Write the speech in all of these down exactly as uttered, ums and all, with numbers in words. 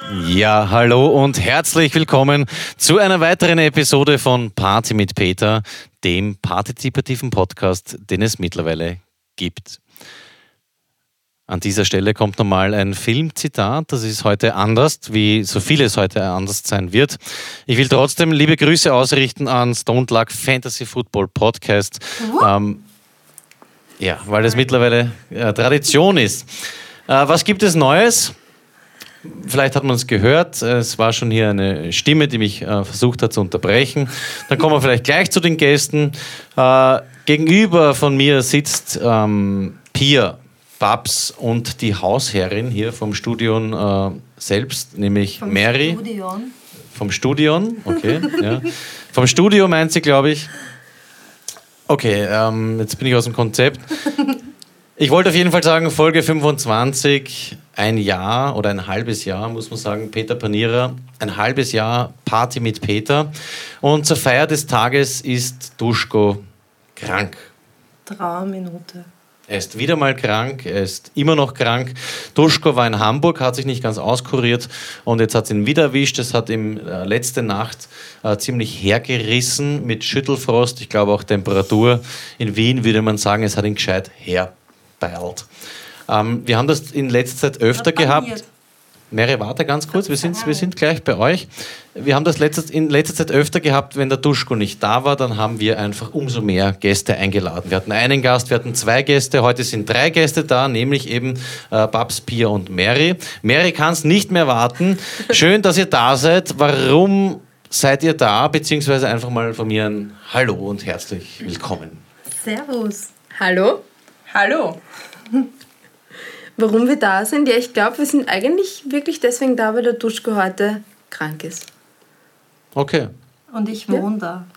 Ja, hallo und herzlich willkommen zu einer weiteren Episode von Party mit Peter, dem partizipativen Podcast, den es mittlerweile gibt. An dieser Stelle kommt nochmal ein Filmzitat, das ist heute anders, wie so vieles heute anders sein wird. Ich will trotzdem liebe Grüße ausrichten an Stone Luck Fantasy Football Podcast, ähm, ja, weil das mittlerweile äh, Tradition ist. Äh, was gibt es Neues? Vielleicht hat man es gehört, es war schon hier eine Stimme, die mich äh, versucht hat zu unterbrechen. Dann kommen wir vielleicht gleich zu den Gästen. Äh, gegenüber von mir sitzt ähm, Pia, Babs und die Hausherrin hier vom Studion äh, selbst, nämlich vom Mary. Studion. Vom Studion, okay. Ja. Vom Studio meint sie, glaube ich. Okay, ähm, jetzt bin ich aus dem Konzept. Ich wollte auf jeden Fall sagen, Folge fünfundzwanzig, ein Jahr oder ein halbes Jahr, muss man sagen, Peter Panierer, ein halbes Jahr Party mit Peter. Und zur Feier des Tages ist Duschko krank. Trauerminute. Er ist wieder mal krank, er ist immer noch krank. Duschko war in Hamburg, hat sich nicht ganz auskuriert und jetzt hat es ihn wieder erwischt. Es hat ihm äh, letzte Nacht äh, ziemlich hergerissen mit Schüttelfrost. Ich glaube auch Temperatur. In Wien würde man sagen, es hat ihn gescheit herbeilt. Ähm, wir haben das in letzter Zeit öfter gehabt. Mary, warte ganz kurz, wir sind, wir sind gleich bei euch. Wir haben das letztes, in letzter Zeit öfter gehabt, wenn der Duschko nicht da war, dann haben wir einfach umso mehr Gäste eingeladen. Wir hatten einen Gast, wir hatten zwei Gäste, heute sind drei Gäste da, nämlich eben äh, Babs, Pia und Mary. Mary kann es nicht mehr warten. Schön, dass ihr da seid. Warum seid ihr da? Beziehungsweise einfach mal von mir ein Hallo und herzlich willkommen. Servus. Hallo. Hallo. Warum wir da sind? Ja, ich glaube, wir sind eigentlich wirklich deswegen da, weil der Duschko heute krank ist. Okay. Und ich wohne ja. da.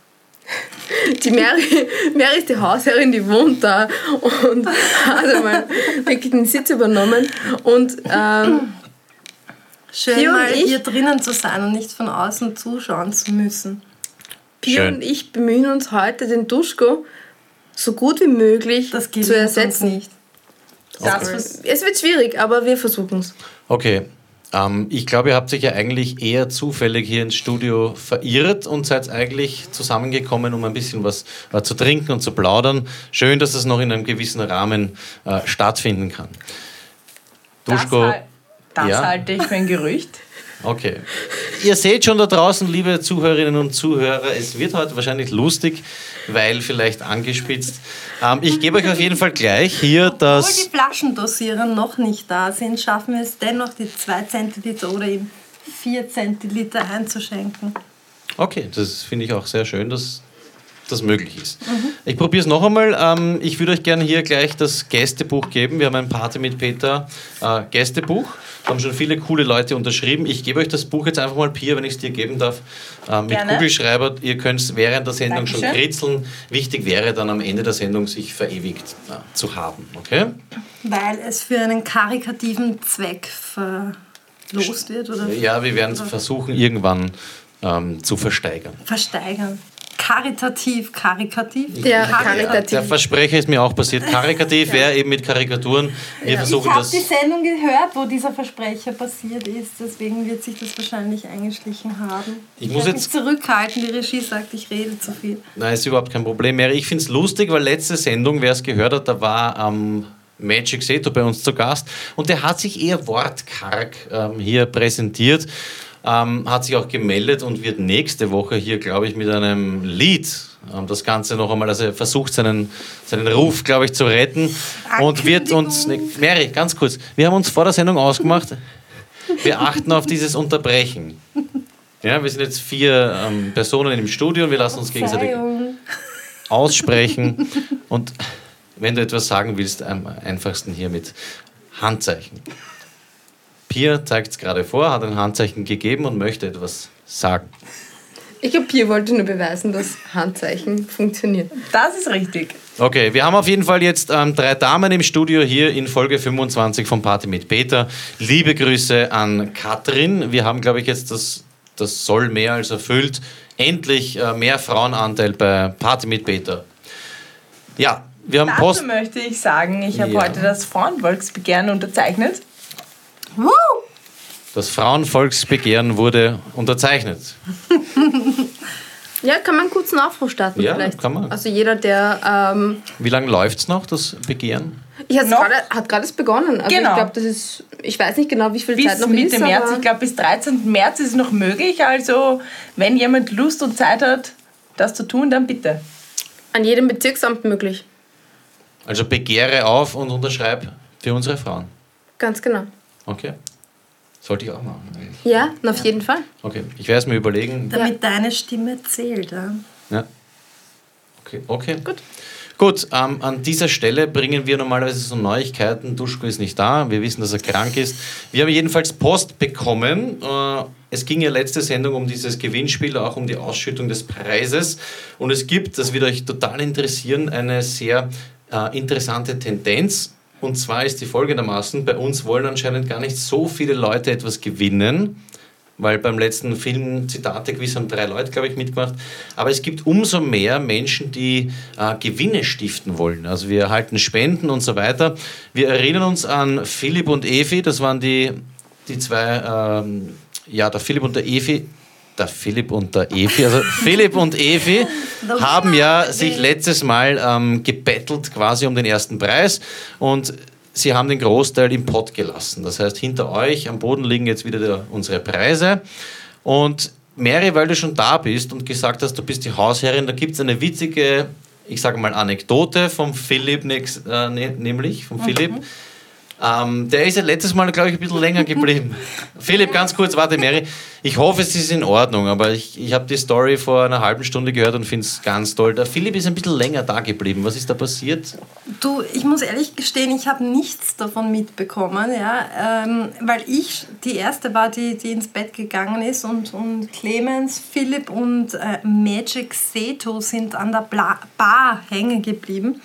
Die Mary, Mary ist die Hausherrin, die wohnt da und hat einmal wirklich den Sitz übernommen. Und ähm, schön, Pia mal ich, hier drinnen zu sein und nicht von außen zuschauen zu müssen. Pia Schön. und ich bemühen uns heute, den Duschko so gut wie möglich das geht zu ersetzen. Uns nicht. Das, es wird schwierig, aber wir versuchen es. Okay. Ähm, ich glaube, ihr habt sich ja eigentlich eher zufällig hier ins Studio verirrt und seid eigentlich zusammengekommen, um ein bisschen was äh, zu trinken und zu plaudern. Schön, dass das noch in einem gewissen Rahmen äh, stattfinden kann. Duschko, Das, das ja? halte ich für ein Gerücht. Okay. Ihr seht schon da draußen, liebe Zuhörerinnen und Zuhörer, es wird heute wahrscheinlich lustig, weil vielleicht angespitzt. Ähm, ich gebe euch auf jeden Fall gleich hier das... Obwohl die Flaschendosierer noch nicht da sind, schaffen wir es dennoch, die zwei Zentiliter oder eben vier Zentiliter einzuschenken. Okay, das finde ich auch sehr schön, dass das möglich ist. Mhm. Ich probiere es noch einmal. Ähm, ich würde euch gerne hier gleich das Gästebuch geben. Wir haben ein Party mit Peter äh, Gästebuch. Da haben schon viele coole Leute unterschrieben. Ich gebe euch das Buch jetzt einfach mal, Pia, wenn ich es dir geben darf, äh, mit Gerne. Kugelschreiber. Ihr könnt es während der Sendung Dankeschön. schon kritzeln. Wichtig wäre dann am Ende der Sendung, sich verewigt äh, zu haben. Okay? Weil es für einen karikativen Zweck verlost wird oder Ja, wir werden es versuchen, irgendwann ähm, zu versteigern. versteigern. Karitativ, karikativ. Ja, Karitativ. karitativ. Der Versprecher ist mir auch passiert. Karikativ wäre eben mit Karikaturen. Wir Ja. versuchen Ich habe das. die Sendung gehört, wo dieser Versprecher passiert ist, deswegen wird sich das wahrscheinlich eingeschlichen haben. Ich muss werde jetzt- mich zurückhalten, die Regie sagt, ich rede zu viel. Nein, ist überhaupt kein Problem mehr. Ich finde es lustig, weil letzte Sendung, wer es gehört hat, da war ähm, Magic Seto bei uns zu Gast und der hat sich eher wortkarg ähm, hier präsentiert. Ähm, hat sich auch gemeldet und wird nächste Woche hier, glaube ich, mit einem Lied ähm, das Ganze noch einmal, also er versucht seinen, seinen Ruf, glaube ich, zu retten und wird uns, ne, Mary, ganz kurz, wir haben uns vor der Sendung ausgemacht, wir achten auf dieses Unterbrechen. Ja, wir sind jetzt vier ähm, Personen im Studio und wir lassen uns gegenseitig Verzeihung. aussprechen und wenn du etwas sagen willst, am einfachsten hier mit Handzeichen. Pia zeigt es gerade vor, hat ein Handzeichen gegeben und möchte etwas sagen. Ich glaube, Pia wollte nur beweisen, dass Handzeichen funktionieren. Das ist richtig. Okay, wir haben auf jeden Fall jetzt ähm, drei Damen im Studio hier in Folge fünfundzwanzig von Party mit Peter. Liebe Grüße an Katrin. Wir haben, glaube ich, jetzt das, das soll mehr als erfüllt. Endlich äh, mehr Frauenanteil bei Party mit Peter. Ja, wir haben Dazu Post... möchte ich sagen, ich habe Ja. heute das Frauenvolksbegehren unterzeichnet. Woo! Das Frauenvolksbegehren wurde unterzeichnet. Ja, kann man einen kurzen Aufruf starten Ja, vielleicht. kann man. Also jeder, der... Ähm, Wie lange läuft es noch, das Begehren? ich hat's Noch? grade, hat gerade erst begonnen. Also Genau. ich glaube, das ist... Ich weiß nicht genau, wie viel Bis Zeit noch Mitte ist, März, aber ich glaube bis dreizehnten März ist es noch möglich. Also wenn jemand Lust und Zeit hat, das zu tun, dann bitte. an jedem Bezirksamt möglich. Also begehre auf und unterschreib für unsere Frauen. Ganz genau. Okay. Sollte ich auch machen. Ja, na, auf jeden Fall. Okay, ich werde es mir überlegen. Damit deine Stimme zählt. Ja? Ja. Okay, okay. Gut. Gut, ähm, an dieser Stelle bringen wir normalerweise so Neuigkeiten. Duschko ist nicht da, wir wissen, dass er krank ist. Wir haben jedenfalls Post bekommen. Äh, es ging ja letzte Sendung um dieses Gewinnspiel, auch um die Ausschüttung des Preises. Und es gibt, das wird euch total interessieren, eine sehr äh, interessante Tendenz. Und zwar ist die folgendermaßen, bei uns wollen anscheinend gar nicht so viele Leute etwas gewinnen, weil beim letzten Film Zitate-Quiz haben drei Leute, glaube ich, mitgemacht. Aber es gibt umso mehr Menschen, die äh, Gewinne stiften wollen. Also wir erhalten Spenden und so weiter. Wir erinnern uns an Philipp und Evi, das waren die, die zwei, ähm, ja, der Philipp und der Evi, der Philipp und der Evi, also Philipp und Evi haben ja sich letztes Mal ähm, gebettelt quasi um den ersten Preis und sie haben den Großteil im Pott gelassen. Das heißt, hinter euch am Boden liegen jetzt wieder der, unsere Preise. Und Mary, weil du schon da bist und gesagt hast, du bist die Hausherrin, da gibt es eine witzige, ich sage mal, Anekdote vom Philipp, nächst, äh, ne, nämlich vom Philipp. Ähm, der ist ja letztes Mal, glaube ich, ein bisschen länger geblieben. Philipp, ganz kurz, warte, Mary. Ich hoffe, es ist in Ordnung, aber ich, ich habe die Story vor einer halben Stunde gehört und finde es ganz toll. Der Philipp ist ein bisschen länger da geblieben. Was ist da passiert? Du, ich muss ehrlich gestehen, ich habe nichts davon mitbekommen, ja, ähm, weil ich die Erste war, die, die ins Bett gegangen ist und, und Clemens, Philipp und äh, Magic Seto sind an der Bla Bar hängen geblieben.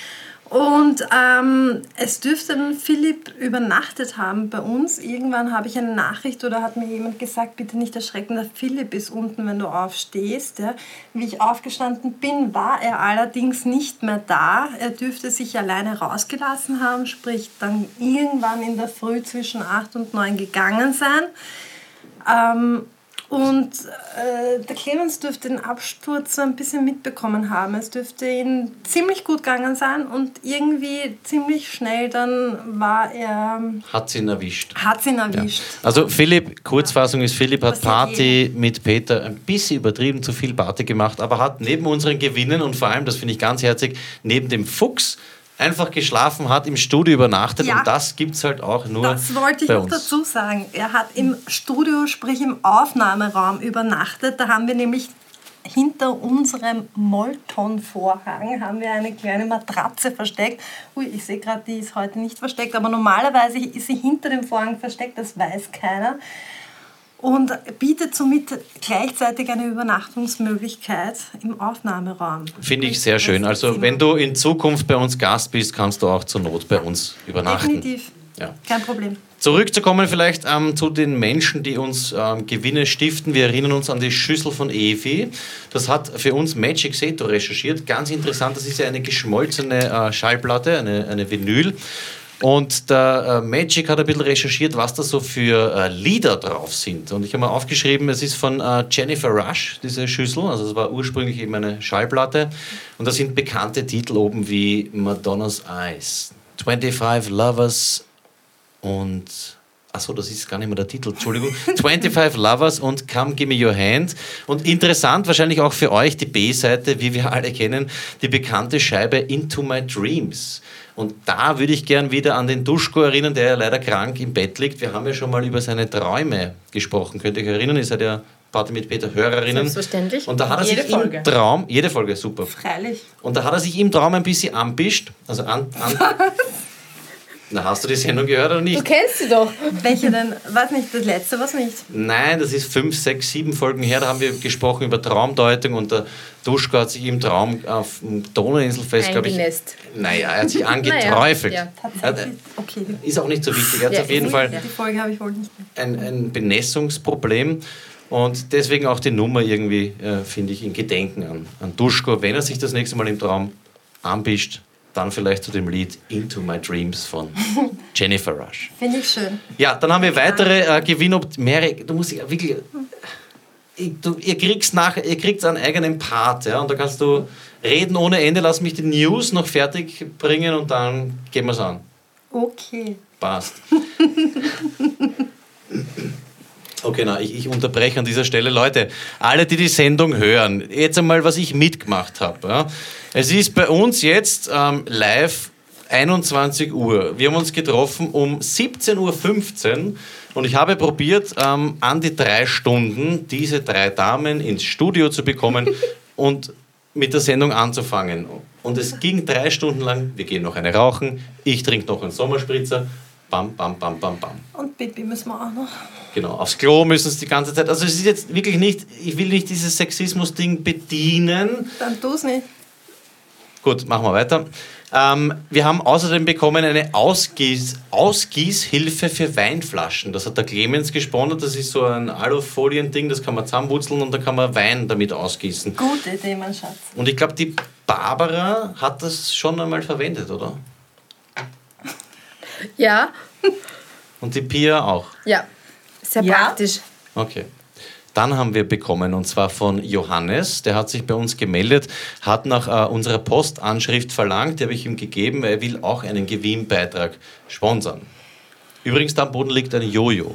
Und ähm, es dürfte dann Philipp übernachtet haben bei uns. Irgendwann habe ich eine Nachricht oder hat mir jemand gesagt, bitte nicht erschrecken, der Philipp ist unten, wenn du aufstehst. Ja. Wie ich aufgestanden bin, war er allerdings nicht mehr da. Er dürfte sich alleine rausgelassen haben, sprich dann irgendwann in der Früh zwischen acht und neun gegangen sein. Ähm, Und äh, der Clemens dürfte den Absturz so ein bisschen mitbekommen haben. Es dürfte ihm ziemlich gut gegangen sein und irgendwie ziemlich schnell dann war er... Hat sie ihn erwischt. Hat ihn erwischt. Ja. Also Philipp, Kurzfassung ist, Philipp hat Passiert Party mit Peter ein bisschen übertrieben, zu viel Party gemacht, aber hat neben unseren Gewinnen und vor allem, das finde ich ganz herzig, neben dem Fuchs einfach geschlafen, hat im Studio übernachtet Ja. und das gibt es halt auch nur Das wollte ich bei noch uns. dazu sagen. Er hat im Studio, sprich im Aufnahmeraum übernachtet. Da haben wir nämlich hinter unserem Molton-Vorhang haben wir eine kleine Matratze versteckt. Ui, ich sehe gerade, die ist heute nicht versteckt, aber normalerweise ist sie hinter dem Vorhang versteckt, das weiß keiner. Und bietet somit gleichzeitig eine Übernachtungsmöglichkeit im Aufnahmeraum. Finde ich sehr schön. Also wenn du in Zukunft bei uns Gast bist, kannst du auch zur Not bei uns übernachten. Definitiv, Ja. kein Problem. Zurückzukommen vielleicht ähm, zu den Menschen, die uns ähm, Gewinne stiften. Wir erinnern uns an die Schüssel von Evi. Das hat für uns Magic Seto recherchiert. Ganz interessant, das ist ja eine geschmolzene äh, Schallplatte, eine, eine Vinyl. Und der äh, Magic hat ein bisschen recherchiert, was da so für äh, Lieder drauf sind. Und ich habe mal aufgeschrieben, es ist von äh, Jennifer Rush, diese Schüssel. Also es war ursprünglich eben eine Schallplatte. Und da sind bekannte Titel oben wie Madonna's Eyes, twenty-five Lovers und... Achso, das ist gar nicht mehr der Titel, Entschuldigung. twenty-five Lovers und Come Give Me Your Hand. Und interessant, wahrscheinlich auch für euch, die B-Seite, wie wir alle kennen, die bekannte Scheibe Into My Dreams. Und da würde ich gern wieder an den Duschko erinnern, der ja leider krank im Bett liegt. Wir haben ja schon mal über seine Träume gesprochen. Könnt ihr euch erinnern? Ihr seid ja Party mit Peter Hörerinnen. Selbstverständlich. Und da hat er Jede sich Folge. im Traum, jede Folge, super. Freilich. Und da hat er sich im Traum ein bisschen anpischt. Also an, an Na, hast du die Sendung gehört oder nicht? Du kennst sie doch. Welche denn? Weiß nicht, das letzte, was nicht. Nein, das ist fünf, sechs, sieben Folgen her. Da haben wir gesprochen über Traumdeutung und der Duschko hat sich im Traum auf dem Donauinselfest, glaube ich... Eingenässt. Naja, er hat sich angeträufelt. Naja, Tatsächlich. Okay. Ist auch nicht so wichtig. Er hat Ja, auf jeden ist Fall nicht, Die Folge habe ich wohl nicht mehr. ein, ein Benessungsproblem und deswegen auch die Nummer irgendwie, äh, finde ich, in Gedenken an, an Duschko. Wenn er sich das nächste Mal im Traum anpischt, dann vielleicht zu dem Lied Into My Dreams von Jennifer Rush. Finde ich schön. Ja, dann haben wir weitere äh, Gewinne. Mary, du musst ja wirklich... Du, ihr kriegt nach, ihr kriegt einen eigenen Part, ja, und da kannst du reden ohne Ende. Lass mich die News noch fertig bringen und dann gehen wir es an. Okay. Passt. Okay, na, ich, ich unterbreche an dieser Stelle. Leute, alle, die die Sendung hören, jetzt einmal, was ich mitgemacht habe. Ja. Es ist bei uns jetzt ähm, live einundzwanzig Uhr. Wir haben uns getroffen um siebzehn Uhr fünfzehn und ich habe probiert, ähm, an die drei Stunden diese drei Damen ins Studio zu bekommen und mit der Sendung anzufangen. Und es ging drei Stunden lang, wir gehen noch eine rauchen, ich trinke noch einen Sommerspritzer, bam, bam, bam, bam, bam. Und Pipi müssen wir auch noch. Genau, aufs Klo müssen sie die ganze Zeit. Also es ist jetzt wirklich nicht, ich will nicht dieses Sexismus-Ding bedienen. Dann tu es nicht. Gut, machen wir weiter. Ähm, wir haben außerdem bekommen eine Ausgieß, Ausgießhilfe für Weinflaschen. Das hat der Clemens gesponsert. Das ist so ein Alufolien-Ding, das kann man zusammenwurzeln und dann kann man Wein damit ausgießen. Gute Idee, mein Schatz. Und ich glaube, die Barbara hat das schon einmal verwendet, oder? Ja. Und die Pia auch? Ja. Sehr Ja. praktisch. Okay. Dann haben wir bekommen, und zwar von Johannes, der hat sich bei uns gemeldet, hat nach äh, unserer Postanschrift verlangt, die habe ich ihm gegeben, weil er will auch einen Gewinnbeitrag sponsern. Übrigens, da am Boden liegt ein Jojo.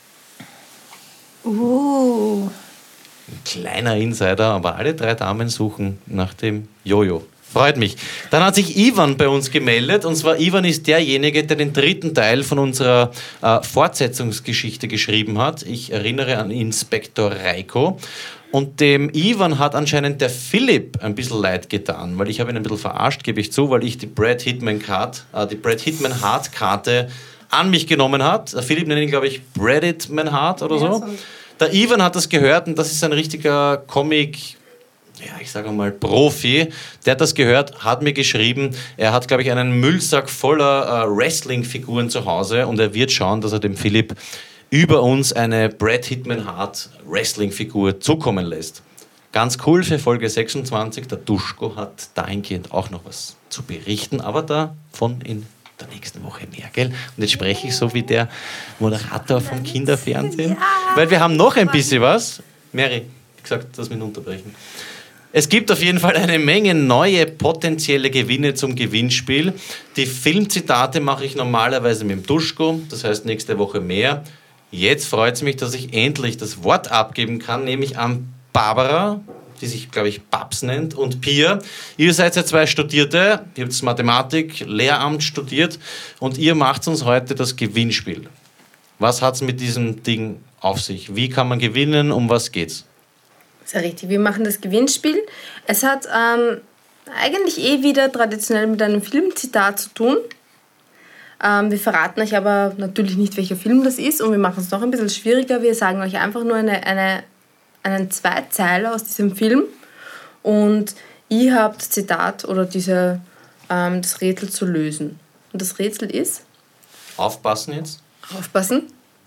Uh. Ein kleiner Insider, aber alle drei Damen suchen nach dem Jojo. Freut mich. Dann hat sich Ivan bei uns gemeldet, und zwar Ivan ist derjenige, der den dritten Teil von unserer äh, Fortsetzungsgeschichte geschrieben hat. Ich erinnere an Inspektor Reiko. Und dem Ivan hat anscheinend der Philipp ein bisschen leid getan, weil ich habe ihn ein bisschen verarscht, gebe ich zu, weil ich die Brad Hitman Card, äh, die Brad Hitman Hart Karte an mich genommen hat. Der Philipp nennt ihn, glaube ich, Brad Hitman Hart oder so. Ja, so. Der Ivan hat das gehört und das ist ein richtiger Comic, ja, ich sage mal Profi, der hat das gehört, hat mir geschrieben, er hat, glaube ich, einen Müllsack voller äh, Wrestling-Figuren zu Hause und er wird schauen, dass er dem Philipp über uns eine Brad Hitman Hart Wrestling-Figur zukommen lässt. Ganz cool für Folge sechsundzwanzig, der Duschko hat dahingehend auch noch was zu berichten, aber davon in der nächsten Woche mehr, gell? Und jetzt spreche ich so wie der Moderator vom Kinderfernsehen, Ja. weil wir haben noch ein bisschen was. Mary, wie gesagt, das mit unterbrechen. Es gibt auf jeden Fall eine Menge neue potenzielle Gewinne zum Gewinnspiel. Die Filmzitate mache ich normalerweise mit dem Duschko, das heißt nächste Woche mehr. Jetzt freut es mich, dass ich endlich das Wort abgeben kann, nämlich an Barbara, die sich, glaube ich, Babs nennt, und Pia. Ihr seid ja zwei Studierte, ihr habt Mathematik, Lehramt studiert und ihr macht uns heute das Gewinnspiel. Was hat es mit diesem Ding auf sich? Wie kann man gewinnen? Um was geht's? Sehr richtig. Wir machen das Gewinnspiel. Es hat ähm, eigentlich eh wieder traditionell mit einem Filmzitat zu tun. Ähm, wir verraten euch aber natürlich nicht, welcher Film das ist und wir machen es noch ein bisschen schwieriger. Wir sagen euch einfach nur eine, eine, einen Zweizeiler aus diesem Film und ihr habt das Zitat oder diese, ähm, das Rätsel zu lösen. Und das Rätsel ist... Aufpassen jetzt. Aufpassen.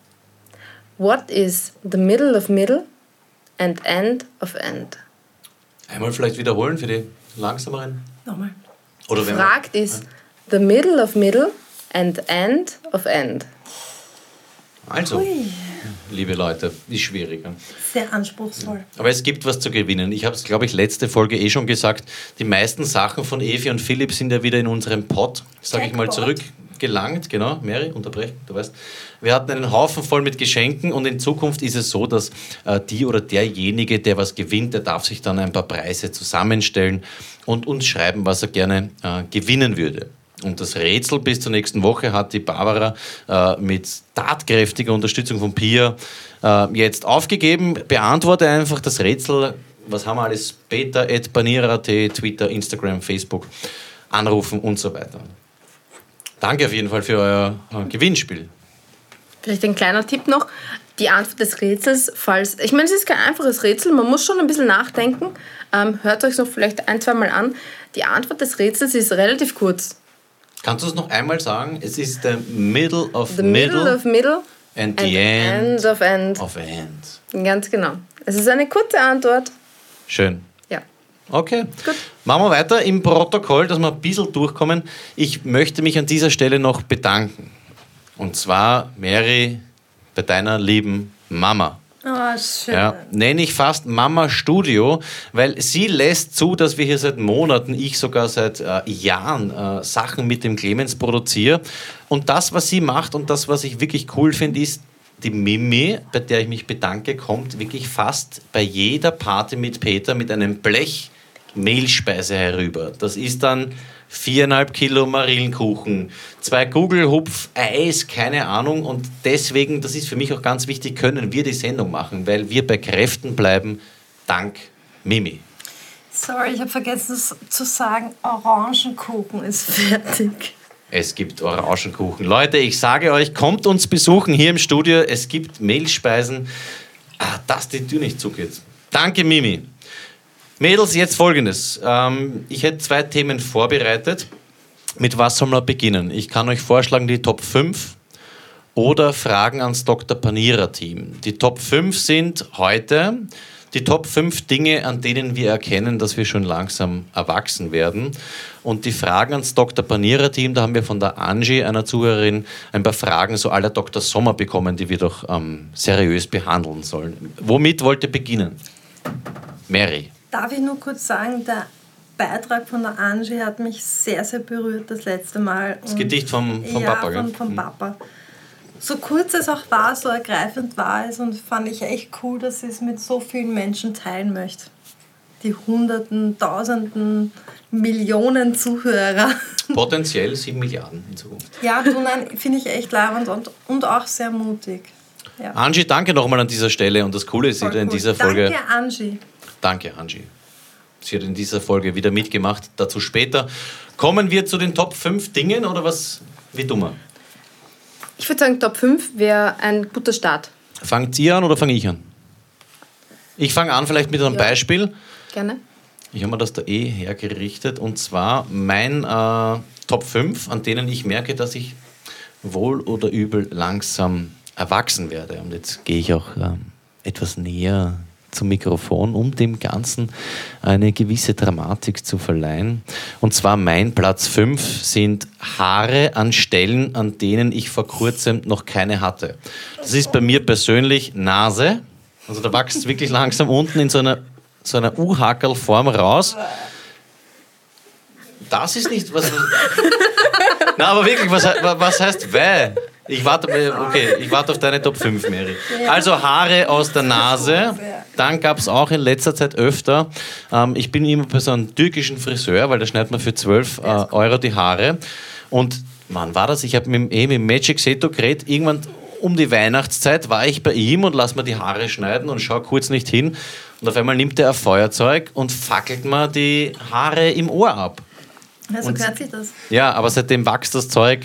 What is the middle of middle and end of end? Einmal vielleicht wiederholen für die Langsameren. Nochmal. Oder wenn Gefragt ist the middle of middle and end of end. Also, Ui. liebe Leute, ist schwieriger. Sehr anspruchsvoll. Aber es gibt was zu gewinnen. Ich habe es, glaube ich, letzte Folge eh schon gesagt. Die meisten Sachen von Evi und Philipp sind ja wieder in unserem Pod, sage ich mal, Jackpot. zurückgelangt. Genau, Mary, unterbrechen, du weißt. Wir hatten einen Haufen voll mit Geschenken und in Zukunft ist es so, dass äh, die oder derjenige, der was gewinnt, der darf sich dann ein paar Preise zusammenstellen und uns schreiben, was er gerne äh, gewinnen würde. Und das Rätsel bis zur nächsten Woche hat die Barbara äh, mit tatkräftiger Unterstützung von Pia äh, jetzt aufgegeben. Beantworte einfach das Rätsel. Was haben wir alles? Beta at banira punkt at, Twitter, Instagram, Facebook, anrufen und so weiter. Danke auf jeden Fall für euer äh, Gewinnspiel. Vielleicht ein kleiner Tipp noch. Die Antwort des Rätsels, falls... Ich meine, es ist kein einfaches Rätsel, man muss schon ein bisschen nachdenken. Ähm, hört euch noch vielleicht ein, zwei Mal an. Die Antwort des Rätsels ist relativ kurz. Kannst du es noch einmal sagen? Es ist the middle of The middle, middle of middle and and the end, end of end. of end. Ganz genau. Es ist eine kurze Antwort. Schön. Ja. Okay, gut. Machen wir weiter im Protokoll, dass wir ein bisschen durchkommen. Ich möchte mich an dieser Stelle noch bedanken. Und zwar, Mary, bei deiner lieben Mama. Oh, schön. Ja, nenne ich fast Mama Studio, weil sie lässt zu, dass wir hier seit Monaten, ich sogar seit äh, Jahren, äh, Sachen mit dem Clemens produziere. Und das, was sie macht und das, was ich wirklich cool finde, ist, die Mimi, bei der ich mich bedanke, kommt wirklich fast bei jeder Party mit Peter mit einem Blech Mehlspeise herüber. Das ist dann viereinhalb Kilo Marillenkuchen, zwei Gugelhupf, Eis, keine Ahnung. Und deswegen, das ist für mich auch ganz wichtig, können wir die Sendung machen, weil wir bei Kräften bleiben, dank Mimi. Sorry, ich habe vergessen zu sagen, Orangenkuchen ist fertig. Es gibt Orangenkuchen. Leute, ich sage euch, kommt uns besuchen hier im Studio. Es gibt Mehlspeisen. Ah, dass die Tür nicht zugeht. Danke, Mimi. Mädels, jetzt Folgendes. Ähm, ich hätte zwei Themen vorbereitet. Mit was sollen wir beginnen? Ich kann euch vorschlagen, die Top fünf oder Fragen ans Doktor Panierer-Team. Die Top fünf sind heute die Top fünf Dinge, an denen wir erkennen, dass wir schon langsam erwachsen werden. Und die Fragen ans Doktor Panierer-Team, da haben wir von der Angie, einer Zuhörerin, ein paar Fragen so à la Doktor Sommer bekommen, die wir doch ähm, seriös behandeln sollen. Womit wollt ihr beginnen? Mary. Darf ich nur kurz sagen, der Beitrag von der Angie hat mich sehr, sehr berührt das letzte Mal. Das Gedicht vom, vom ja, Papa, gell? Von, vom Papa. So kurz es auch war, so ergreifend war es und fand ich echt cool, dass sie es mit so vielen Menschen teilen möchte. Die Hunderten, Tausenden, Millionen Zuhörer. Potenziell sieben Milliarden in Zukunft. Ja, du, nein, finde ich echt leibend und, und auch sehr mutig. Ja. Angie, danke nochmal an dieser Stelle und das Coole ist Voll in cool. dieser Folge... Danke, Angie. Danke, Angie. Sie hat in dieser Folge wieder mitgemacht, dazu später. Kommen wir zu den Top fünf Dingen oder was? Wie dummer? Ich würde sagen, Top fünf wäre ein guter Start. Fangt ihr an oder fange ich an? Ich fange an vielleicht mit einem Ja. Beispiel. Gerne. Ich habe mir das da eh hergerichtet und zwar mein äh, Top fünf, an denen ich merke, dass ich wohl oder übel langsam erwachsen werde. Und jetzt gehe ich auch ähm, etwas näher zum Mikrofon, um dem Ganzen eine gewisse Dramatik zu verleihen. Und zwar mein Platz fünf sind Haare an Stellen, an denen ich vor kurzem noch keine hatte. Das ist bei mir persönlich Nase. Also da wächst es wirklich langsam unten in so einer, so einer U-Hackerl-Form raus. Das ist nicht... Was, na, aber wirklich, was, was heißt weh? Ich warte, okay, ich warte auf deine Top fünf, Mary. Also Haare aus der Nase. Dann gab es auch in letzter Zeit öfter, ähm, ich bin immer bei so einem türkischen Friseur, weil da schneidet man für zwölf äh, Euro die Haare. Und wann war das? Ich habe mit, eh, mit Magic Seto geredet, irgendwann um die Weihnachtszeit war ich bei ihm und lass mir die Haare schneiden und schau kurz nicht hin. Und auf einmal nimmt er ein Feuerzeug und fackelt mir die Haare im Ohr ab. Ja, so Und- gehört sich das. Ja, aber seitdem wächst das Zeug.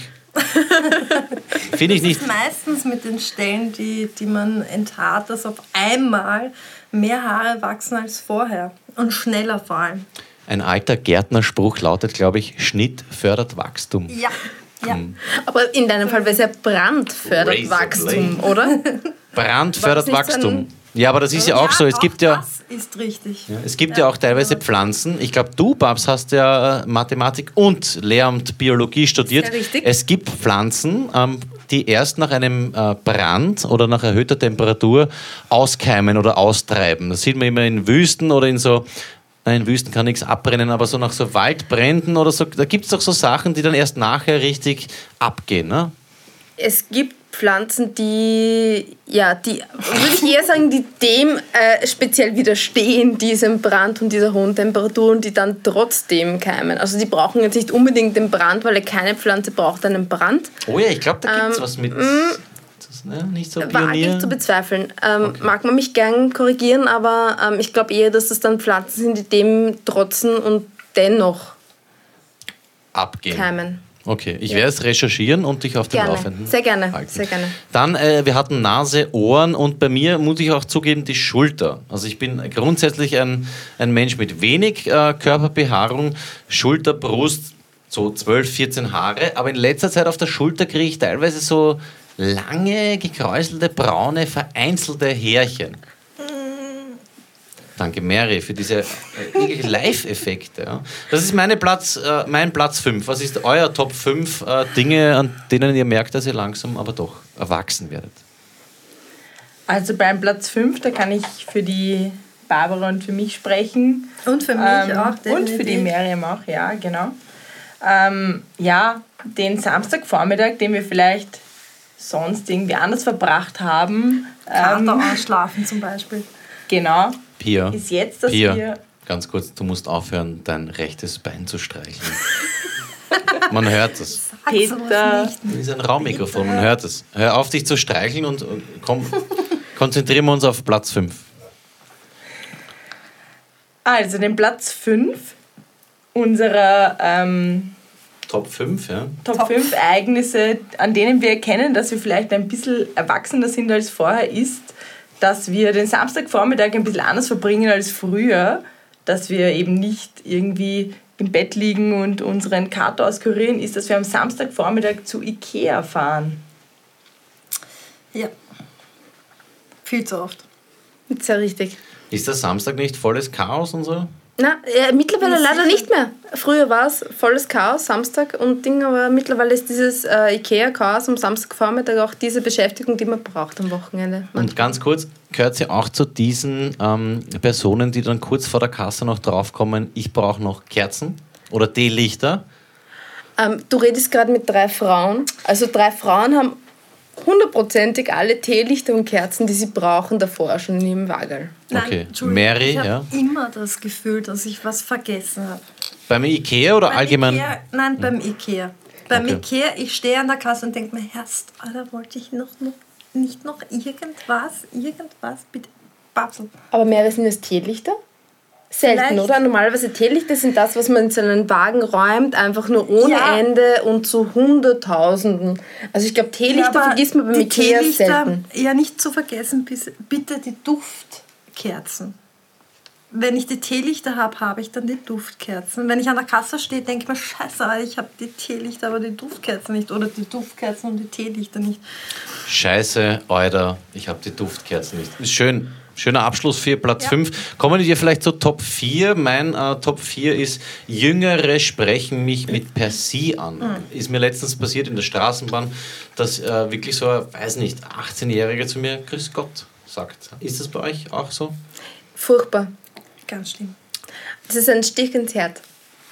Finde ich nicht. Das ist meistens mit den Stellen, die, die man enthaart, dass auf einmal mehr Haare wachsen als vorher. Und schneller vor allem. Ein alter Gärtnerspruch lautet, glaube ich, Schnitt fördert Wachstum. Ja, ja. Aber in deinem Fall wäre es ja Brand fördert Razor Wachstum, oder? Brand fördert nicht Wachstum. Ja, aber das ist ja auch so. Es gibt ja, Das ist richtig. ja, es gibt ja auch teilweise Pflanzen. Ich glaube, du, Babs, hast ja äh, Mathematik und Lehramt Biologie studiert. Sehr richtig. Es gibt Pflanzen, ähm, die erst nach einem äh, Brand oder nach erhöhter Temperatur auskeimen oder austreiben. Das sieht man immer in Wüsten oder in so... Nein, in Wüsten kann nichts abbrennen, aber so nach so Waldbränden oder so, da gibt es doch so Sachen, die dann erst nachher richtig abgehen, ne? Es gibt Pflanzen, die, ja, die, würde ich eher sagen, die dem äh, speziell widerstehen, diesem Brand und dieser hohen Temperatur und die dann trotzdem keimen. Also die brauchen jetzt nicht unbedingt den Brand, weil keine Pflanze braucht einen Brand. Oh ja, ich glaube, da gibt es Ähm, was mit... Das, ne, nicht so Wage Pionier. ich zu bezweifeln. Ähm, Okay. Mag man mich gern korrigieren, aber ähm, ich glaube eher, dass das dann Pflanzen sind, die dem trotzen und dennoch Abgehen. keimen. Okay, ich werde es recherchieren und dich auf dem Gerne, Laufenden sehr gerne, halten. sehr gerne. Dann, äh, wir hatten Nase, Ohren und bei mir muss ich auch zugeben, die Schulter. Also ich bin grundsätzlich ein, ein Mensch mit wenig äh, Körperbehaarung, Schulter, Brust, so zwölf, vierzehn Haare, aber in letzter Zeit auf der Schulter kriege ich teilweise so lange, gekräuselte, braune, vereinzelte Härchen. Danke, Mary, für diese äh, Live-Effekte. Ja. Das ist meine Platz, äh, mein Platz fünf. Was ist euer Top fünf äh, Dinge, an denen ihr merkt, dass ihr langsam aber doch erwachsen werdet? Also beim Platz fünf, da kann ich für die Barbara und für mich sprechen. Und für mich ähm, auch. Definitiv. Und für die Miriam auch, ja, genau. Ähm, ja, den Samstagvormittag, den wir vielleicht sonst irgendwie anders verbracht haben. Kater Ähm, ausschlafen zum Beispiel. genau. Pia, Ist jetzt, dass Pia, wir... ganz kurz, du musst aufhören, dein rechtes Bein zu streicheln. Man hört es. Sag Peter. sowas nicht. Das ist ein Raummikrofon, man hört es. Hör auf, dich zu streicheln und, und komm, konzentrieren wir uns auf Platz fünf. Also den Platz fünf unserer ähm, Top fünf, ja? Top fünf Ereignisse, an denen wir erkennen, dass wir vielleicht ein bisschen erwachsener sind als vorher, ist, dass wir den Samstagvormittag ein bisschen anders verbringen als früher, dass wir eben nicht irgendwie im Bett liegen und unseren Kater auskurieren, ist, dass wir am Samstagvormittag zu Ikea fahren. Ja. Viel zu oft. Sehr richtig. Ist der Samstag nicht volles Chaos und so? Na, äh, mittlerweile Ja, leider sicher. nicht mehr. Früher war es volles Chaos, Samstag und Ding, aber mittlerweile ist dieses äh, Ikea-Chaos am Samstagvormittag auch diese Beschäftigung, die man braucht am Wochenende. Und ganz kurz, gehört sie auch zu diesen ähm, Personen, die dann kurz vor der Kasse noch draufkommen, ich brauche noch Kerzen oder Teelichter? Ähm, du redest gerade mit drei Frauen. Also drei Frauen haben hundertprozentig alle Teelichter und Kerzen, die sie brauchen, davor schon im Wagel. Okay. Entschuldigung, Mary, ich habe ja? immer das Gefühl, dass ich was vergessen habe. Beim Ikea oder Beim allgemein? Ikea, nein, beim Ikea. Beim Okay. Ikea, ich stehe an der Kasse und denke mir, Herrst, Alter, wollte ich noch, noch nicht noch irgendwas, irgendwas, bitte, Babsel. Aber mehrere sind es Teelichter? Selten, Vielleicht. oder? Normalerweise Teelichter sind das, was man in seinen Wagen räumt, einfach nur ohne Ja. Ende und zu Hunderttausenden. Also ich glaube, Teelichter aber vergisst man beim die Ikea Teelichter, selten. ja, nicht zu vergessen, bis- bitte die Duftkerzen. Wenn ich die Teelichter habe, habe ich dann die Duftkerzen. Wenn ich an der Kasse stehe, denke ich mir, scheiße, Alter, ich habe die Teelichter, aber die Duftkerzen nicht. Oder die Duftkerzen und die Teelichter nicht. Scheiße, Alter, ich habe die Duftkerzen nicht. Ist schön. Schöner Abschluss für Platz fünf. Kommen wir vielleicht zu Top vier. Mein äh, Top vier ist, Jüngere sprechen mich mit per Sie an. Mhm. Ist mir letztens passiert in der Straßenbahn, dass äh, wirklich so ein, weiß nicht, achtzehnjähriger zu mir Grüß Gott sagt. Ist das bei euch auch so? Furchtbar. Ganz schlimm. Das ist ein Stich ins Herz.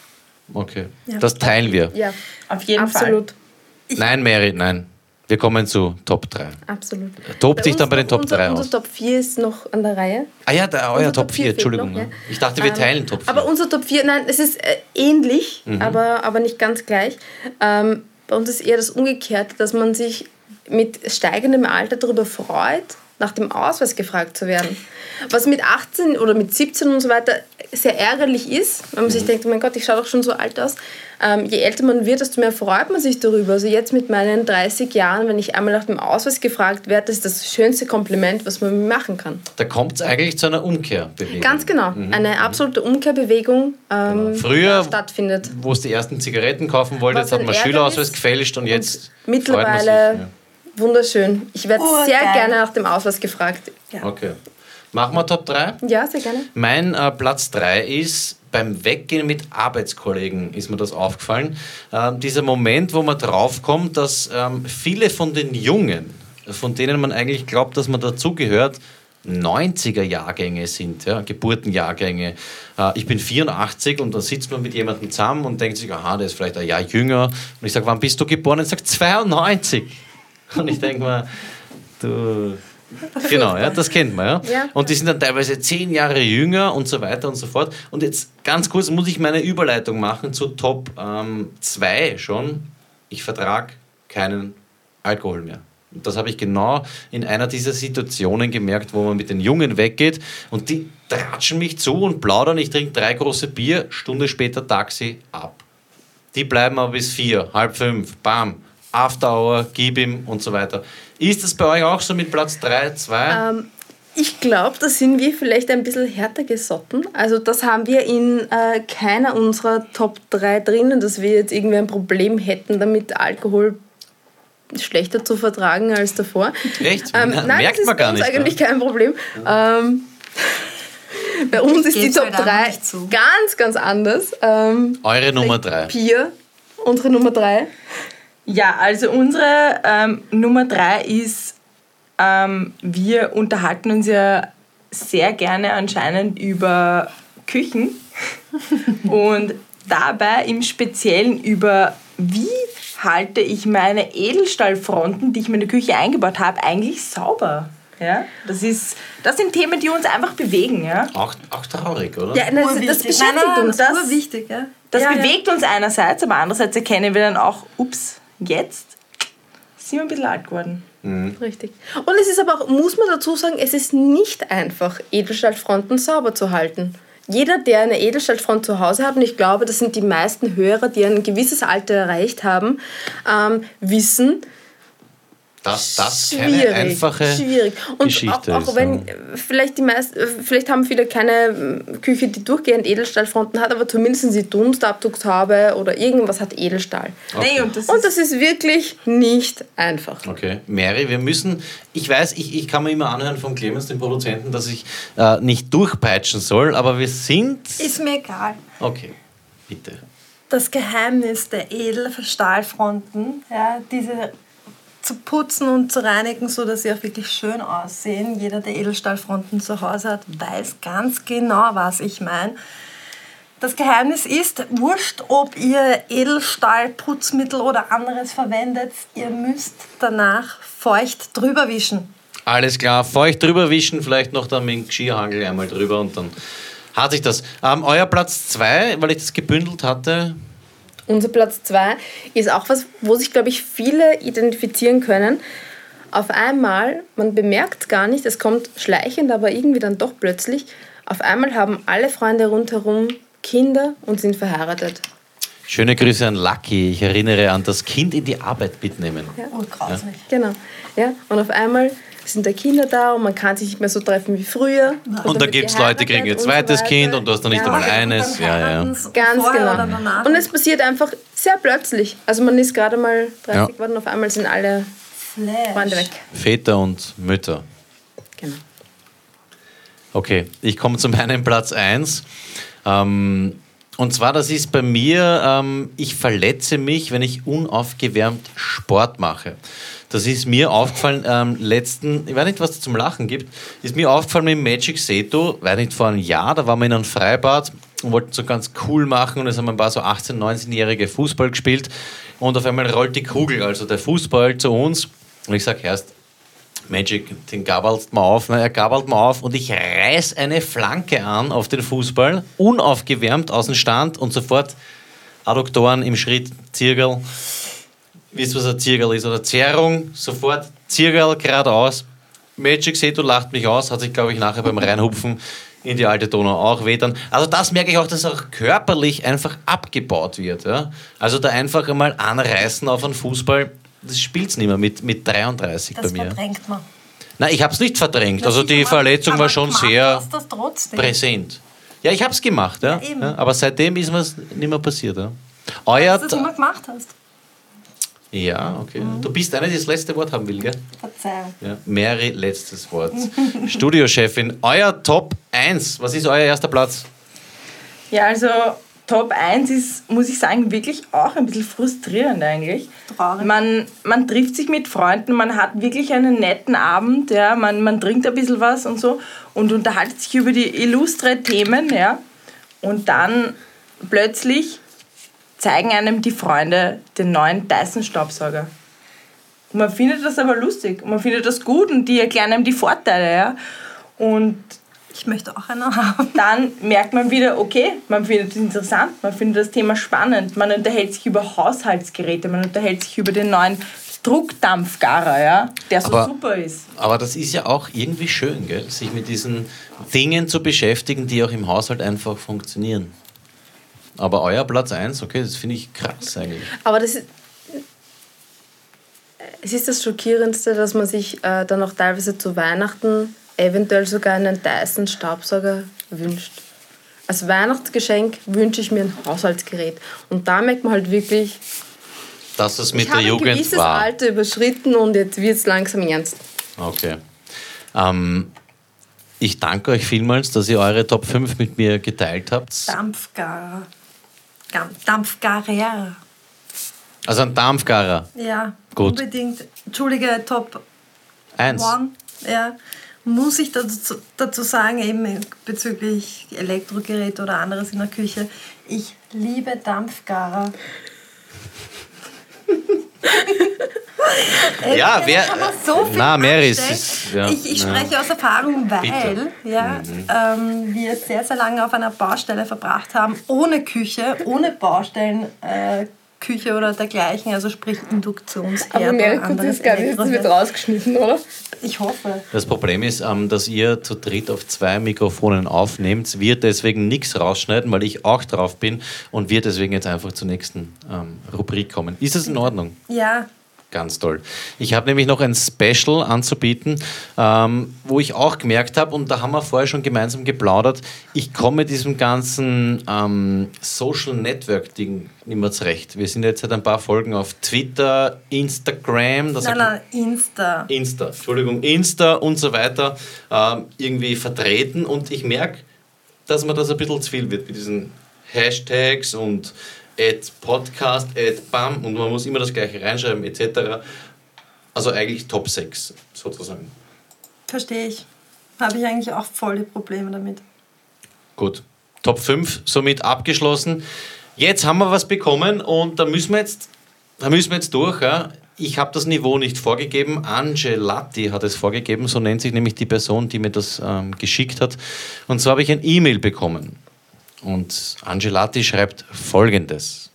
Okay. Ja. Das teilen wir. Ja, Auf jeden absolut. Nein, Mary, nein. Wir kommen zu Top drei. Absolut. Tob dich uns dann bei den noch Top unser, drei aus. Unser Top vier ist noch an der Reihe. Ah ja, da, euer Unser Top Top vier, vier fehlt Entschuldigung. noch, ja. ja. Ich dachte, wir Ähm, teilen Top vier. Aber unser Top vier, nein, es ist äh, ähnlich, Mhm. aber, aber nicht ganz gleich. Ähm, bei uns ist eher das Umgekehrte, dass man sich mit steigendem Alter darüber freut, nach dem Ausweis gefragt zu werden. Was mit achtzehn oder mit siebzehn und so weiter sehr ärgerlich ist, wenn man sich denkt, oh mein Gott, ich schaue doch schon so alt aus. Ähm, je älter man wird, desto mehr freut man sich darüber. Also jetzt mit meinen dreißig Jahren, wenn ich einmal nach dem Ausweis gefragt werde, das ist das schönste Kompliment, was man mir machen kann. Da kommt es eigentlich zu einer Umkehrbewegung. Ganz genau. Eine absolute Umkehrbewegung ähm, Früher, stattfindet. wo es die ersten Zigaretten kaufen wollte, Was jetzt hat ein man Ärgernis. Schülerausweis gefälscht und jetzt Und mittlerweile freut man sich. wunderschön. Ich werde Oh, sehr geil. gerne nach dem Ausweis gefragt. Ja. Okay. Machen wir Top drei. Ja, sehr gerne. Mein äh, Platz drei ist, beim Weggehen mit Arbeitskollegen ist mir das aufgefallen. Ähm, dieser Moment, wo man draufkommt, dass ähm, viele von den Jungen, von denen man eigentlich glaubt, dass man dazugehört, neunziger-Jahrgänge sind, ja, Geburtenjahrgänge. Äh, ich bin vierundachtzig und dann sitzt man mit jemandem zusammen und denkt sich, aha, der ist vielleicht ein Jahr jünger. Und ich sage, wann bist du geboren? Und er sagt, zweiundneunzig. Und ich denke mir, du... Genau, ja, das kennt man. Ja. Ja. Und die sind dann teilweise zehn Jahre jünger und so weiter und so fort. Und jetzt ganz kurz muss ich meine Überleitung machen zu Top zwei schon. Ich vertrage keinen Alkohol mehr. Und das habe ich genau in einer dieser Situationen gemerkt, wo man mit den Jungen weggeht und die tratschen mich zu und plaudern. Ich trinke drei große Bier, Stunde später Taxi, ab. Die bleiben aber bis vier, halb fünf, bam, After Hour, gib ihm und so weiter. Ist das bei euch auch so mit Platz drei, zwei? Ähm, ich glaube, da sind wir vielleicht ein bisschen härter gesotten. Also das haben wir in äh, keiner unserer Top drei drinnen, dass wir jetzt irgendwie ein Problem hätten, damit Alkohol schlechter zu vertragen als davor. Echt? Ähm, Na, nein, merkt das ist man bei gar uns nicht. eigentlich ne? kein Problem. Ähm, Bei uns ist die Geht's Top halt einfach drei nicht so. ganz, ganz anders. Ähm, Eure Nummer drei. Pia, unsere Nummer drei. Ja, also unsere ähm, Nummer drei ist, ähm, wir unterhalten uns ja sehr gerne anscheinend über Küchen und dabei im Speziellen über, wie halte ich meine Edelstahlfronten, die ich mir in der Küche eingebaut habe, eigentlich sauber. Ja? Das, ist, das sind Themen, die uns einfach bewegen. Ja? Auch, auch traurig, oder? Ja, das, das Urwichtig. beschäftigt Nein, nein, uns. das Das- ist urwichtig, ja. Das Ja, bewegt uns einerseits, aber andererseits erkennen wir dann auch, ups, jetzt sind wir ein bisschen alt geworden. Richtig. Und es ist aber auch, muss man dazu sagen, es ist nicht einfach, Edelstahlfronten sauber zu halten. Jeder, der eine Edelstahlfront zu Hause hat, und ich glaube, das sind die meisten Hörer, die ein gewisses Alter erreicht haben, ähm, wissen, Dass das keine schwierig, einfache schwierig. Und Geschichte auch, auch ist. wenn ja. vielleicht die meisten, vielleicht haben viele keine ähm, Küche, die durchgehend Edelstahlfronten hat, aber zumindest die Dunstabzugshaube oder irgendwas hat Edelstahl. Okay. Nee, und das Und ist, das ist wirklich nicht einfach. Okay, Mary, wir müssen, ich weiß, ich, ich kann mir immer anhören von Clemens, dem Produzenten, dass ich äh, nicht durchpeitschen soll, aber wir sind... Ist mir egal. Okay, bitte. Das Geheimnis der Edelstahlfronten, ja, diese zu putzen und zu reinigen, so dass sie auch wirklich schön aussehen. Jeder, der Edelstahlfronten zu Hause hat, weiß ganz genau, was ich meine. Das Geheimnis ist, wurscht, ob ihr Edelstahlputzmittel oder anderes verwendet, ihr müsst danach feucht drüber wischen. Alles klar, feucht drüber wischen, vielleicht noch dann mit dem Geschirrhangel einmal drüber und dann hat sich das. Ähm, euer Platz zwei, weil ich das gebündelt hatte. Unser Platz zwei ist auch was, wo sich, glaube ich, viele identifizieren können. Auf einmal, man bemerkt es gar nicht, es kommt schleichend, aber irgendwie dann doch plötzlich, auf einmal haben alle Freunde rundherum Kinder und sind verheiratet. Schöne Grüße an Lucky. Ich erinnere an das Kind in die Arbeit mitnehmen. Oh, grauslich. Genau. Ja? Und auf einmal sind da Kinder da und man kann sich nicht mehr so treffen wie früher. Und dann gibt es Leute, die kriegen ihr zweites Kind und du hast noch nicht Ja. einmal eines. Und dann Ja, ja. heiraten's Ganz vorher genau. oder danach. Und es passiert einfach sehr plötzlich. Also man ist gerade mal dreißig Ja. geworden, auf einmal sind alle Flash. Freunde weg. Väter und Mütter. Genau. Okay, ich komme zu meinem Platz eins. Ähm, und zwar, das ist bei mir, ähm, ich verletze mich, wenn ich unaufgewärmt Sport mache. Das ist mir aufgefallen, ähm, letzten, ich weiß nicht, was es zum Lachen gibt, ist mir aufgefallen mit dem Magic Seto, weiß nicht, vor einem Jahr, da waren wir in einem Freibad und wollten so ganz cool machen und es haben ein paar so achtzehn-, neunzehnjährige Fußball gespielt und auf einmal rollt die Kugel, also der Fußball zu uns und ich sage erst, Magic, den gabelst mal auf. Na, er gabelt mal auf und ich reiß eine Flanke an auf den Fußball, unaufgewärmt aus dem Stand und sofort Adduktoren im Schritt, Zirkel. Wisst ihr, was ein Zirkel ist? Oder Zerrung, sofort Zirkel geradeaus. Magic Seto lacht mich aus, hat sich, glaube ich, nachher beim Reinhupfen in die alte Donau auch wehtan. Also das merke ich auch, dass auch körperlich einfach abgebaut wird. Ja? Also da einfach einmal anreißen auf einen Fußball, das spielt es nicht mehr mit, mit dreiunddreißig Das bei mir. verdrängt man. Nein, ich habe es nicht verdrängt. Also die sicher, Verletzung aber war schon gemacht sehr hast du das trotzdem. präsent. Ja, ich habe es gemacht, ja. Ja, eben. ja. Aber seitdem ist mir nicht mehr passiert. Ja. Euer Dass du das immer gemacht hast. ja, okay. Du bist eine, die das letzte Wort haben will, gell? Verzeihung. Ja. Mary, letztes Wort. Studiochefin, euer Top eins. Was ist euer erster Platz? ja, also Top eins ist, muss ich sagen, wirklich auch ein bisschen frustrierend eigentlich. Traurig. Man, man trifft sich mit Freunden, man hat wirklich einen netten Abend, ja, man, man trinkt ein bisschen was und so und unterhaltet sich über die illustre Themen, ja, und dann plötzlich zeigen einem die Freunde den neuen Dyson-Staubsauger. Und man findet das aber lustig und man findet das gut und die erklären einem die Vorteile, ja. Und Ich möchte auch einen haben. dann merkt man wieder, okay, man findet es interessant, man findet das Thema spannend, man unterhält sich über Haushaltsgeräte, man unterhält sich über den neuen Druckdampfgarer, ja, der so Aber- super ist. Aber das ist ja auch irgendwie schön, gell? Sich mit diesen Dingen zu beschäftigen, die auch im Haushalt einfach funktionieren. Aber euer Platz eins, okay, das finde ich krass eigentlich. Aber das ist, es ist das Schockierendste, dass man sich äh, dann auch teilweise zu Weihnachten eventuell sogar einen Dyson-Staubsauger wünscht. Als Weihnachtsgeschenk wünsche ich mir ein Haushaltsgerät. Und da merkt man halt wirklich, Dass das mit ich der habe ein Jugend gewisses war. Alter überschritten und jetzt wird es langsam ernst. Okay. Ähm, Ich danke euch vielmals, dass ihr eure Top fünf mit mir geteilt habt. Dampfgarer. Gam- Dampfgarer. Also ein Dampfgarer. Ja, Gut. unbedingt. Entschuldige, Top Eins. One. Ja. Muss ich dazu, dazu sagen, eben bezüglich Elektrogeräte oder anderes in der Küche, ich liebe Dampfgarer. Ja, wer. Kann man so viel Na, Mary, es anstellen. ist. Ja, ich ich ja. spreche aus Erfahrung, weil Bitte. ja, ähm, wir sehr, sehr lange auf einer Baustelle verbracht haben, ohne Küche, ohne Baustellen. Äh, Küche oder dergleichen, also sprich Induktionsherd. Aber oder Mary, anderes das, das wird Elektroherd. rausgeschnitten, oder? Ich hoffe. Das Problem ist, ähm, dass ihr zu dritt auf zwei Mikrofonen aufnehmt. Wir deswegen nichts rausschneiden, weil ich auch drauf bin und wir deswegen jetzt einfach zur nächsten ähm, Rubrik kommen. Ist das in Ordnung? Ja, Ganz toll. Ich habe nämlich noch ein Special anzubieten, ähm, wo ich auch gemerkt habe, und da haben wir vorher schon gemeinsam geplaudert, ich komme diesem ganzen ähm, Social Network-Ding nicht mehr zurecht. Wir sind jetzt seit ein paar Folgen auf Twitter, Instagram, das nein, nein, Insta. Insta, Entschuldigung, Insta und so weiter ähm, irgendwie vertreten und ich merke, dass mir das ein bisschen zu viel wird mit diesen Hashtags und Ad Podcast, Ad Bam und man muss immer das gleiche reinschreiben et cetera. Also eigentlich Top sechs sozusagen. Verstehe ich. Habe ich eigentlich auch voll die Probleme damit. Gut, Top fünf somit abgeschlossen. Jetzt haben wir was bekommen und da müssen wir jetzt, da müssen wir jetzt durch. Ja. Ich habe das Niveau nicht vorgegeben. Angelati hat es vorgegeben, so nennt sich nämlich die Person, die mir das ähm, geschickt hat. Und so habe ich ein E-Mail bekommen. Und Angelati schreibt Folgendes.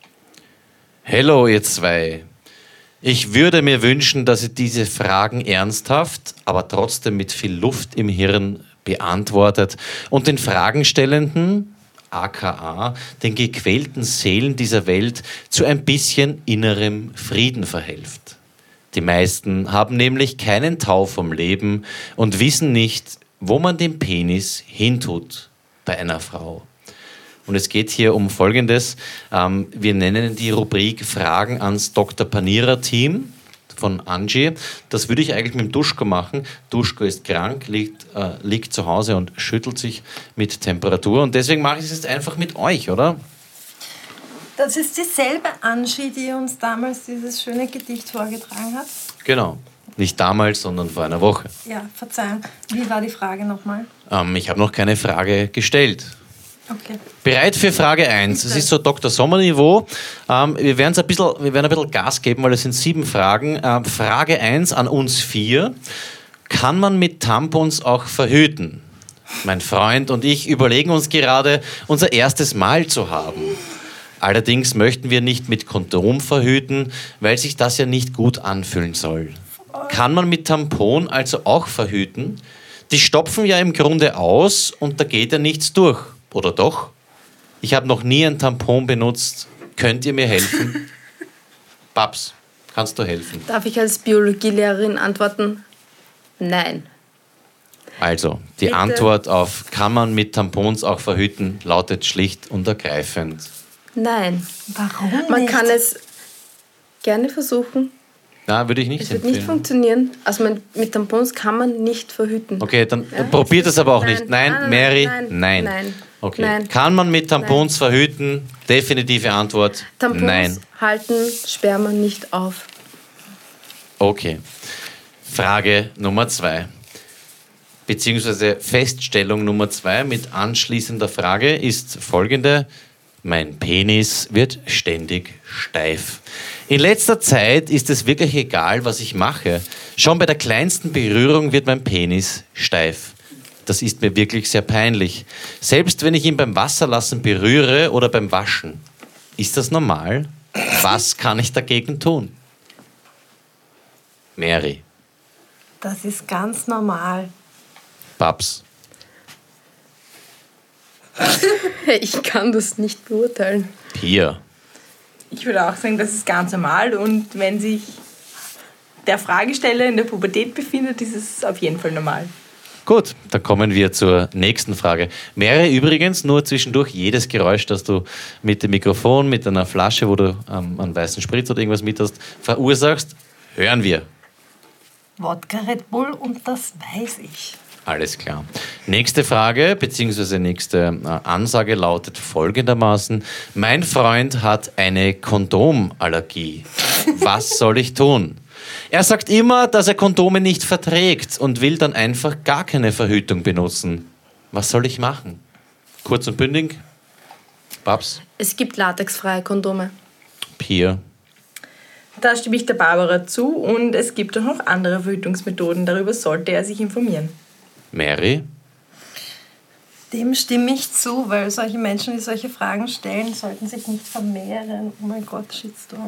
Hello, ihr zwei. Ich würde mir wünschen, dass ihr diese Fragen ernsthaft, aber trotzdem mit viel Luft im Hirn beantwortet und den Fragenstellenden, aka den gequälten Seelen dieser Welt, zu ein bisschen innerem Frieden verhelft. Die meisten haben nämlich keinen Tau vom Leben und wissen nicht, wo man den Penis hintut bei einer Frau. Und es geht hier um Folgendes. Ähm, wir nennen die Rubrik Fragen ans Doktor Panierer-Team von Angie. Das würde ich eigentlich mit dem Duschko machen. Duschko ist krank, liegt, äh, liegt zu Hause und schüttelt sich mit Temperatur. Und deswegen mache ich es jetzt einfach mit euch, oder? Das ist dieselbe Angie, die uns damals dieses schöne Gedicht vorgetragen hat. Genau. Nicht damals, sondern vor einer Woche. Ja, Verzeihung. Wie war die Frage nochmal? Ähm, ich habe noch keine Frage gestellt. Okay. Bereit für Frage eins. Es ist so Doktor Sommer-Niveau. Ähm, wir, werden ein bisschen, wir werden ein bisschen Gas geben, weil es sind sieben Fragen. Ähm, Frage eins an uns vier. Kann man mit Tampons auch verhüten? Mein Freund und ich überlegen uns gerade, unser erstes Mal zu haben. Allerdings möchten wir nicht mit Kondom verhüten, weil sich das ja nicht gut anfühlen soll. Kann man mit Tampon also auch verhüten? Die stopfen ja im Grunde aus und da geht ja nichts durch. Oder doch? Ich habe noch nie ein Tampon benutzt. Könnt ihr mir helfen? Babs, kannst du helfen? Darf ich als Biologielehrerin antworten? Nein. Also, die Bitte. Antwort auf kann man mit Tampons auch verhüten, lautet schlicht und ergreifend. Nein. Warum Man nicht? kann es gerne versuchen. Na, würde ich nicht Es wird empfehlen. nicht funktionieren. Also man, mit Tampons kann man nicht verhüten. Okay, dann Ja? probiert es aber auch Nein, nicht. Nein, nein, nein, Mary, nein, nein. nein, Okay. nein. Kann man mit Tampons verhüten? Definitive Antwort, Tampons nein. halten Sperma nicht auf. Okay. Frage Nummer zwei. Beziehungsweise Feststellung Nummer zwei mit anschließender Frage ist folgende. Mein Penis wird ständig steif. In letzter Zeit ist es wirklich egal, was ich mache. Schon bei der kleinsten Berührung wird mein Penis steif. Das ist mir wirklich sehr peinlich. Selbst wenn ich ihn beim Wasserlassen berühre oder beim Waschen. Ist das normal? Was kann ich dagegen tun? Mary. Das ist ganz normal. Babs. Ich kann das nicht beurteilen. Pia. Ich würde auch sagen, das ist ganz normal und wenn sich der Fragesteller in der Pubertät befindet, ist es auf jeden Fall normal. Gut, dann kommen wir zur nächsten Frage. Mary, übrigens, nur zwischendurch jedes Geräusch, das du mit dem Mikrofon, mit einer Flasche, wo du ähm, einen weißen Spritz oder irgendwas mit hast, verursachst, hören wir. Wodka Red Bull und das weiß ich. Alles klar. Nächste Frage bzw. nächste äh, Ansage lautet folgendermaßen. Mein Freund hat eine Kondomallergie. Was soll ich tun? Er sagt immer, dass er Kondome nicht verträgt und will dann einfach gar keine Verhütung benutzen. Was soll ich machen? Kurz und bündig. Babs? Es gibt latexfreie Kondome. Pia? Da stimme ich der Barbara zu und es gibt auch noch andere Verhütungsmethoden. Darüber sollte er sich informieren. Mary? Dem stimme ich zu, weil solche Menschen, die solche Fragen stellen, sollten sich nicht vermehren. Oh mein Gott, Shitstorm.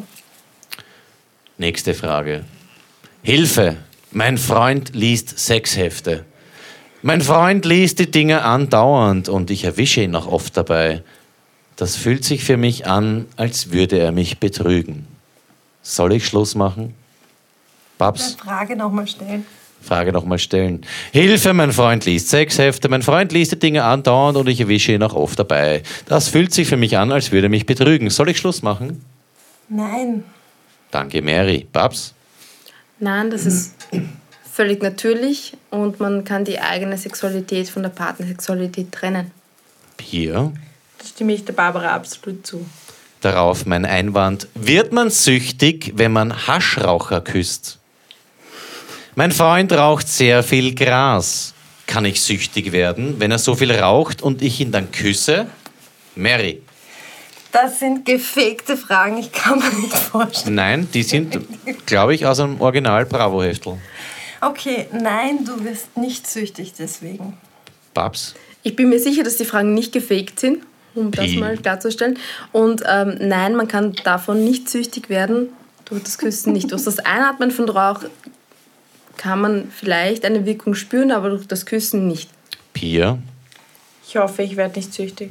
Nächste Frage. Hilfe! Mein Freund liest Sexhefte. Mein Freund liest die Dinge andauernd und ich erwische ihn auch oft dabei. Das fühlt sich für mich an, als würde er mich betrügen. Soll ich Schluss machen? Babs? Eine Frage nochmal stellen. Frage nochmal stellen. Hilfe, mein Freund liest Sexhefte, mein Freund liest die Dinge andauernd und ich erwische ihn auch oft dabei. Das fühlt sich für mich an, als würde er mich betrügen. Soll ich Schluss machen? Nein. Danke, Mary. Babs? Nein, das ist völlig natürlich und man kann die eigene Sexualität von der Partnersexualität trennen. Pia? Da stimme ich der Barbara absolut zu. Darauf mein Einwand. Wird man süchtig, wenn man Haschraucher küsst? Mein Freund raucht sehr viel Gras. Kann ich süchtig werden, wenn er so viel raucht und ich ihn dann küsse? Mary? Das sind gefakte Fragen, ich kann mir nicht vorstellen. Nein, die sind, glaube ich, aus einem Original-Bravo-Heftel. Okay, nein, du wirst nicht süchtig deswegen. Babs? Ich bin mir sicher, dass die Fragen nicht gefaked sind, um das Pi. mal klarzustellen. Und ähm, nein, man kann davon nicht süchtig werden durch das Küssen nicht. Durch das Einatmen von Rauch kann man vielleicht eine Wirkung spüren, aber durch das Küssen nicht. Pia? Ich hoffe, ich werde nicht süchtig.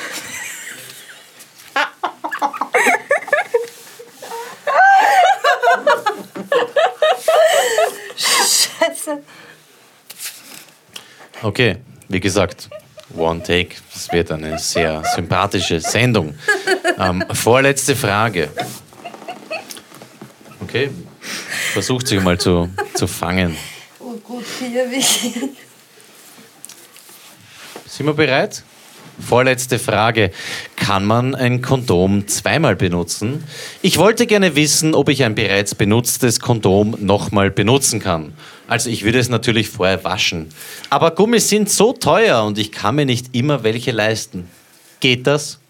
Scheiße. Okay, wie gesagt, One Take. Das wird eine sehr sympathische Sendung. Ähm, vorletzte Frage. Okay, versucht sich mal zu, zu fangen. Oh gut, hier, wie... Sind wir bereit? Vorletzte Frage. Kann man ein Kondom zweimal benutzen? Ich wollte gerne wissen, ob ich ein bereits benutztes Kondom nochmal benutzen kann. Also ich würde es natürlich vorher waschen. Aber Gummis sind so teuer und ich kann mir nicht immer welche leisten. Geht das?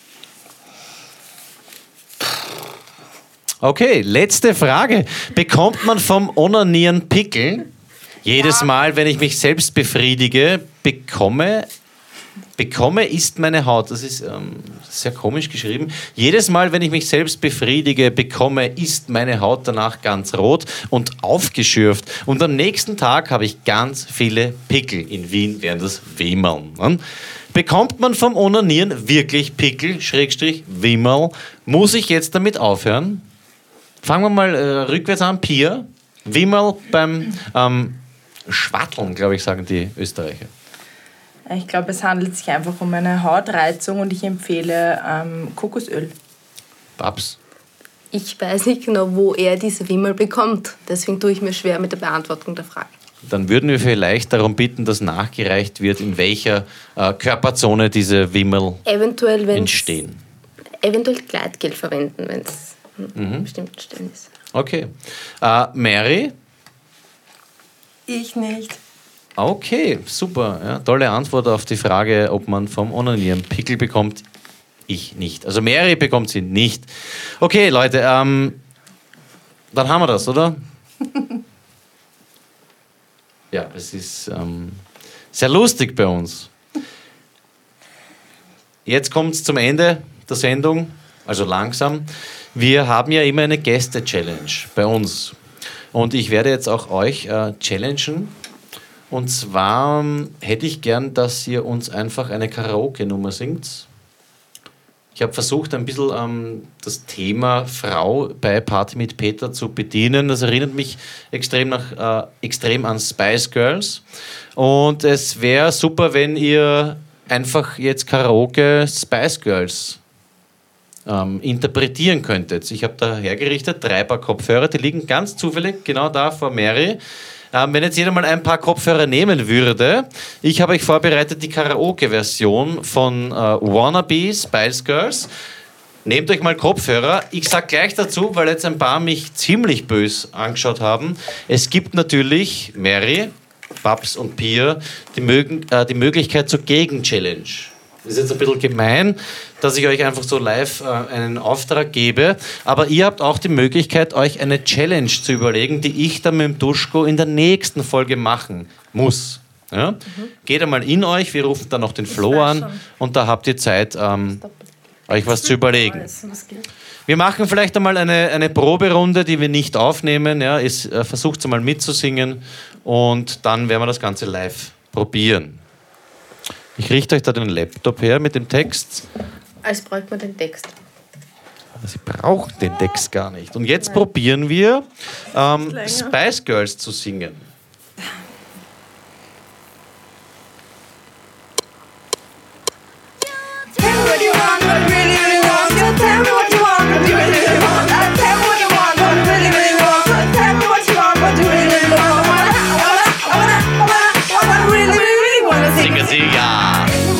Okay, letzte Frage. Bekommt man vom Onanieren Pickel? Jedes Mal, wenn ich mich selbst befriedige, bekomme... Bekomme ist meine Haut, das ist ähm, sehr komisch geschrieben. Jedes Mal, wenn ich mich selbst befriedige, bekomme, ist meine Haut danach ganz rot und aufgeschürft. Und am nächsten Tag habe ich ganz viele Pickel. In Wien wären das Wimmeln. Ne? Bekommt man vom Onanieren wirklich Pickel, Schrägstrich, Wimmel? Muss ich jetzt damit aufhören? Fangen wir mal äh, rückwärts an. Pia, Wimmel beim ähm, Schwatteln, glaube ich, sagen die Österreicher. Ich glaube, es handelt sich einfach um eine Hautreizung und ich empfehle ähm, Kokosöl. Babs? Ich weiß nicht genau, wo er diese Wimmel bekommt. Deswegen tue ich mir schwer mit der Beantwortung der Frage. Dann würden wir vielleicht darum bitten, dass nachgereicht wird, in welcher äh, Körperzone diese Wimmel Eventuell, wenn's, entstehen. Eventuell Gleitgel verwenden, wenn es an Mhm. bestimmten Stellen ist. Okay. Äh, Mary? Ich nicht. Okay, super. Ja, tolle Antwort auf die Frage, ob man vom Onanieren Pickel bekommt. Ich nicht. Also Mary bekommt sie nicht. Okay, Leute, ähm, dann haben wir das, oder? Ja, es ist ähm, sehr lustig bei uns. Jetzt kommt es zum Ende der Sendung, also langsam. Wir haben ja immer eine Gäste-Challenge bei uns. Und ich werde jetzt auch euch äh, challengen. Und zwar ähm, hätte ich gern, dass ihr uns einfach eine Karaoke-Nummer singt. Ich habe versucht, ein bisschen ähm, das Thema Frau bei Party mit Peter zu bedienen. Das erinnert mich extrem, nach, äh, extrem an Spice Girls. Und es wäre super, wenn ihr einfach jetzt Karaoke Spice Girls ähm, interpretieren könntet. Ich habe da hergerichtet drei Paar Kopfhörer, die liegen ganz zufällig genau da vor Mary. Ähm, wenn jetzt jeder mal ein paar Kopfhörer nehmen würde, ich habe euch vorbereitet die Karaoke-Version von äh, Wannabe Spice Girls. Nehmt euch mal Kopfhörer. Ich sage gleich dazu, weil jetzt ein paar mich ziemlich bös angeschaut haben. Es gibt natürlich, Mary, Babs und Pia, die, mögen, äh, die Möglichkeit zur Gegen-Challenge. Das ist jetzt ein bisschen gemein, dass ich euch einfach so live äh, einen Auftrag gebe. Aber ihr habt auch die Möglichkeit, euch eine Challenge zu überlegen, die ich dann mit dem Duschko in der nächsten Folge machen muss. Ja? Mhm. Geht einmal in euch, wir rufen dann noch den Flo an schon. Und da habt ihr Zeit, ähm, euch was zu überlegen. Wir machen vielleicht einmal eine, eine Proberunde, die wir nicht aufnehmen. Ja? Ist, äh, versucht einmal mitzusingen und dann werden wir das Ganze live probieren. Ich richte euch da den Laptop her mit dem Text. Als bräuchte man den Text. Sie brauchen den Text gar nicht. Und jetzt Nein. probieren wir, ähm, Spice Girls zu singen. Singen Sie ja.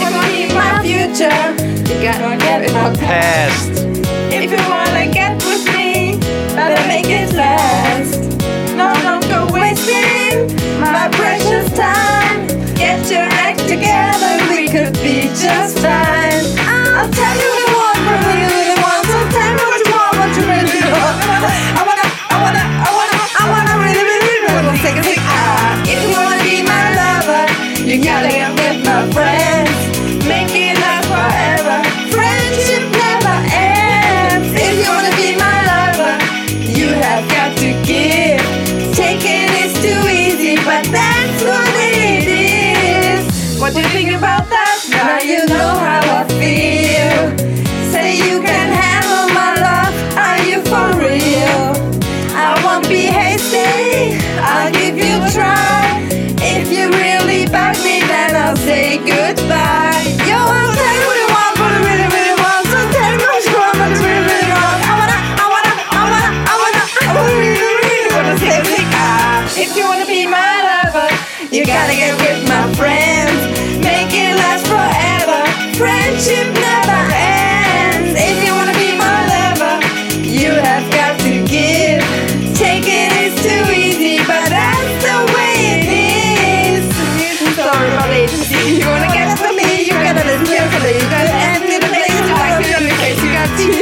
Past. If you wanna get with me, better make it last. No, don't go wasting my precious time. Get your act together, we could be just fine. I'll tell you what you want, what you really want. So tell me what you want, what you really want. I wanna, I wanna, I wanna, I wanna really, really, really wanna take a thing. Ah, if you wanna be my lover, you gotta get with my friends. Make it last forever. Friendship never ends. If you wanna be my lover, you have got to give. Taking is too easy, but that's what it is. What do you think about that? Now you know how I feel. Say you can handle my love. Are you for real? I won't be hasty. I'll give you a try. If you really bug me, then I'll say goodbye. Yo, I'll tell you what you want, what you really, really want. So tell me what you want, what you really, really want. I wanna, I wanna, I wanna, I wanna, I really, really wanna say it. Ah, if you wanna be my lover, you gotta get with my friends. Make it last forever. Friendship never ends. If you wanna be my lover, you have got to give. Taking is too easy, but that's the way it is. Sorry about agency. You wanna get with me, you gotta listen carefully. You gotta empty the place, you like to the case, you got to.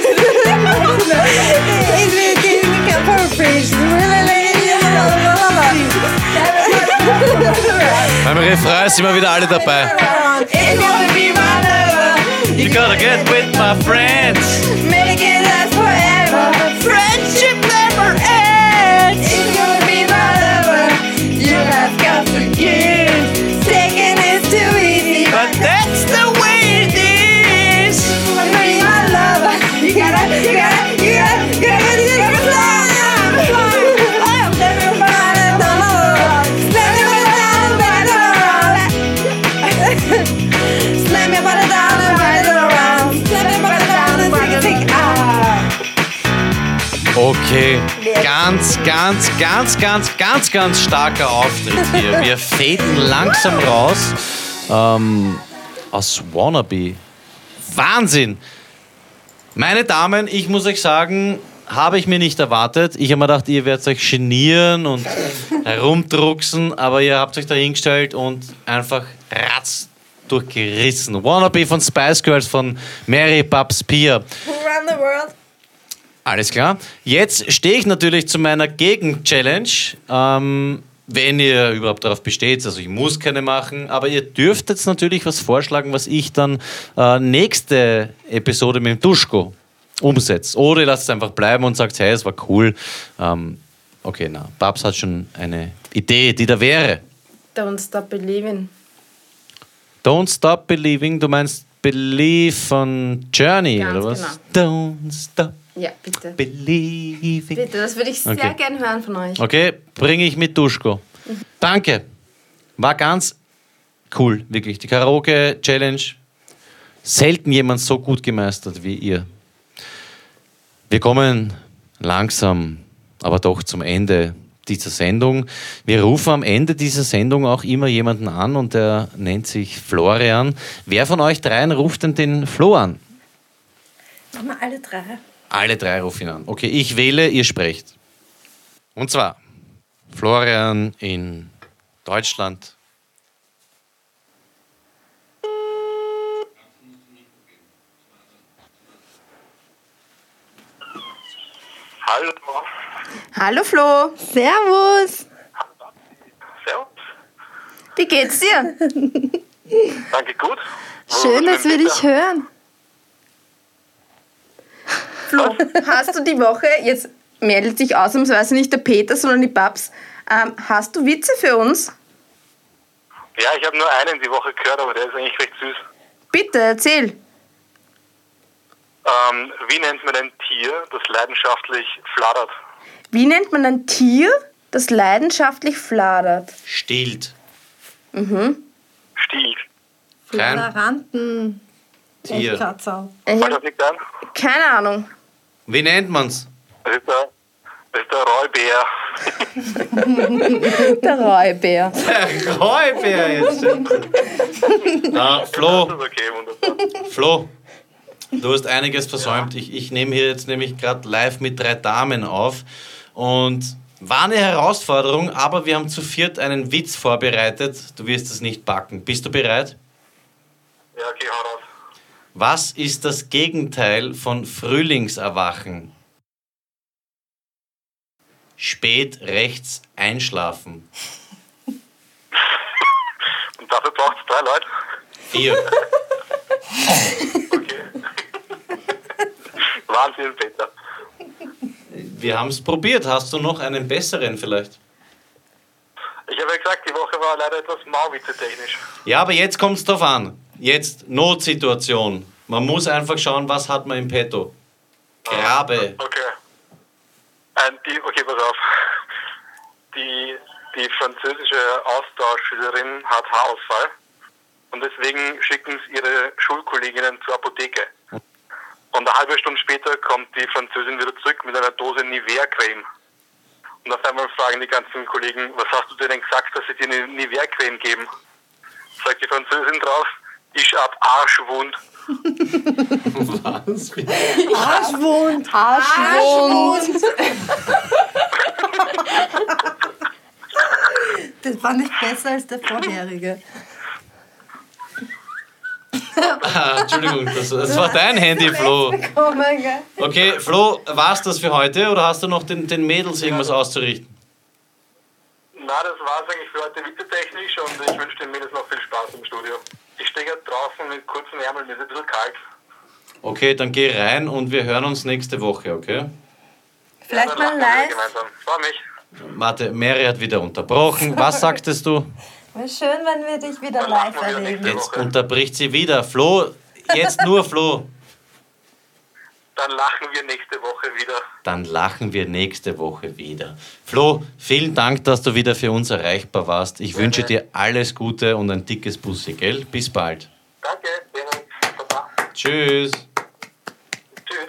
It's really look at her face. Beim Refrain sind wir wieder alle dabei. If you wanna be my lover, You gotta get with my friends. make it last forever. Friendship never ends. If you wanna be my lover, you have got to give. Taking is too easy, but that's the way it is. If you wanna be my lover, you gotta, you gotta, you gotta, you gotta, you gotta fly. Fly. Let me find it all. Let me find it all. Slam your body down and ride it around. Slam your body down and take a think. Ah. Okay, ganz, ganz, ganz, ganz, ganz, ganz starker Auftritt hier. Wir faden langsam raus ähm, aus Wannabe. Wahnsinn! Meine Damen, ich muss euch sagen, habe ich mir nicht erwartet. Ich habe mir gedacht, ihr werdet euch genieren und herumdrucksen, aber ihr habt euch da hingestellt und einfach ratz durchgerissen. Wannabe von Spice Girls von Mary, Babs, Pia. Who run the world? Alles klar. Jetzt stehe ich natürlich zu meiner Gegen-Challenge. Ähm, wenn ihr überhaupt darauf besteht, also ich muss keine machen, aber ihr dürft jetzt natürlich was vorschlagen, was ich dann äh, nächste Episode mit dem Duschko umsetze. Oder ihr lasst es einfach bleiben und sagt, hey, es war cool. Ähm, okay, na, Babs hat schon eine Idee, die da wäre. Don't Stop Believing. Don't Stop Believing, du meinst Believe von Journey, Ganz oder was? genau. Don't Stop Ja, bitte. Believing. Bitte, das würde ich sehr Okay. gern hören von euch. Okay, bringe ich mit Duschko. Danke. War ganz cool, wirklich. Die Karaoke-Challenge. Selten jemand so gut gemeistert wie ihr. Wir kommen langsam, aber doch zum Ende dieser Sendung. Wir rufen am Ende dieser Sendung auch immer jemanden an und der nennt sich Florian. Wer von euch dreien ruft denn den Flo an? Machen wir alle drei. Alle drei rufen ihn an. Okay, ich wähle, ihr sprecht. Und zwar Florian in Deutschland. Hallo. Hallo Flo. Servus. Servus. Wie geht's dir? Danke, gut. Wo Schön, ist dass mein wir Wetter? dich hören. Flo, hast du die Woche, jetzt meldet sich ausnahmsweise nicht der Peter, sondern die Babs, ähm, hast du Witze für uns? Ja, ich habe nur einen die Woche gehört, aber der ist eigentlich recht süß. Bitte, erzähl. Ähm, wie nennt man ein Tier, das leidenschaftlich flattert? Wie nennt man ein Tier, das leidenschaftlich fladert? Stillt. Stiehlt. Kein Flaranten. Tier. Kratzer. Ich Fällt hab das nicht ein? keine Ahnung. Wie nennt man's? Das ist der, das ist der Räubär. Der Räubär. Der Räubär jetzt. ah, Flo, Das ist okay, wunderbar. Flo, du hast einiges versäumt. Ich, ich nehme hier jetzt nämlich gerade live mit drei Damen auf und war eine Herausforderung, aber wir haben zu viert einen Witz vorbereitet. Du wirst es nicht backen. Bist du bereit? Ja, okay, hau raus. Was ist das Gegenteil von Frühlingserwachen? Spät rechts einschlafen. Und dafür braucht es drei Leute. Vier. Okay. Wahnsinn, Peter. Wir haben es probiert. Hast du noch einen besseren vielleicht? Ich habe ja gesagt, die Woche war leider etwas mauwitze-technisch. Ja, aber jetzt kommt es drauf an. Jetzt Notsituation. Man muss einfach schauen, was hat man im Petto. Grabe. Okay. Ein, die, okay, pass auf. Die, die französische Austauschschülerin hat Haarausfall und deswegen schicken sie ihre Schulkolleginnen zur Apotheke. Und eine halbe Stunde später kommt die Französin wieder zurück mit einer Dose Nivea-Creme. Und auf einmal fragen die ganzen Kollegen, was hast du dir denn gesagt, dass sie dir eine Nivea-Creme geben? Sagt die Französin drauf, ich hab Arschwund. Was? Arschwund. Arschwund. Das fand ich besser als der vorherige. Ah, Entschuldigung, das, das war dein Handy, Flo. Oh mein Gott. Okay, Flo, war's das für heute oder hast du noch den, den Mädels irgendwas auszurichten? Na, das war's eigentlich für heute witzetechnisch und ich wünsche den Mädels noch viel Spaß im Studio. Ich stehe gerade draußen mit kurzen Ärmeln, mir ist ein bisschen kalt. Okay, dann geh rein und wir hören uns nächste Woche, okay? Vielleicht Dann mal lachen wir live. gemeinsam. Freu mich. Warte, Mary hat wieder unterbrochen. Was sagtest du? Wäre schön, wenn wir dich wieder Dann live machen wir wieder erleben. nächste Jetzt Woche. unterbricht sie wieder. Flo, jetzt nur Flo. Dann lachen wir nächste Woche wieder. Dann lachen wir nächste Woche wieder. Flo, vielen Dank, dass du wieder für uns erreichbar warst. Ich wünsche dir alles Gute und ein dickes Bussi, gell? Bis bald. Danke, Servus, Baba. Tschüss. Tschüss.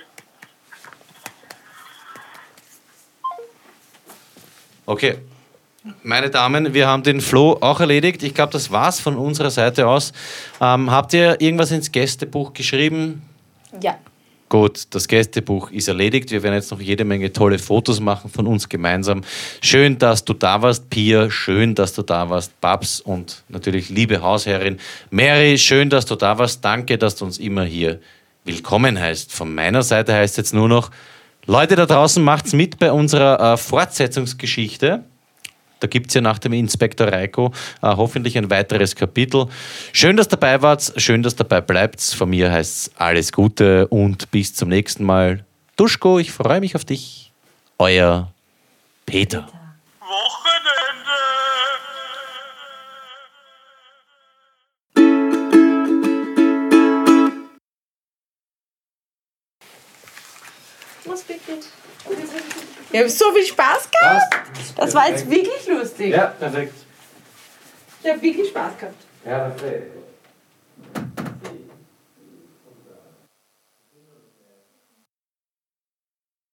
Okay, meine Damen, wir haben den Flo auch erledigt. Ich glaube, das war's von unserer Seite aus. Ähm, habt ihr irgendwas ins Gästebuch geschrieben? Ja. Gut, das Gästebuch ist erledigt. Wir werden jetzt noch jede Menge tolle Fotos machen von uns gemeinsam. Schön, dass du da warst, Pia. Schön, dass du da warst, Babs. Und natürlich liebe Hausherrin Mary. Schön, dass du da warst. Danke, dass du uns immer hier willkommen heißt. Von meiner Seite heißt jetzt nur noch, Leute da draußen, macht's mit bei unserer äh, Fortsetzungsgeschichte. Da gibt es ja nach dem Inspektor Reiko äh, hoffentlich ein weiteres Kapitel. Schön, dass ihr dabei wart, schön, dass ihr dabei bleibt. Von mir heißt es alles Gute und bis zum nächsten Mal. Duschko, ich freue mich auf dich. Euer Peter. Wochenende. Was beginnt? Ich habe so viel Spaß gehabt. Das war jetzt wirklich lustig. Ja, perfekt. Ich habe wirklich Spaß gehabt. Ja, perfekt.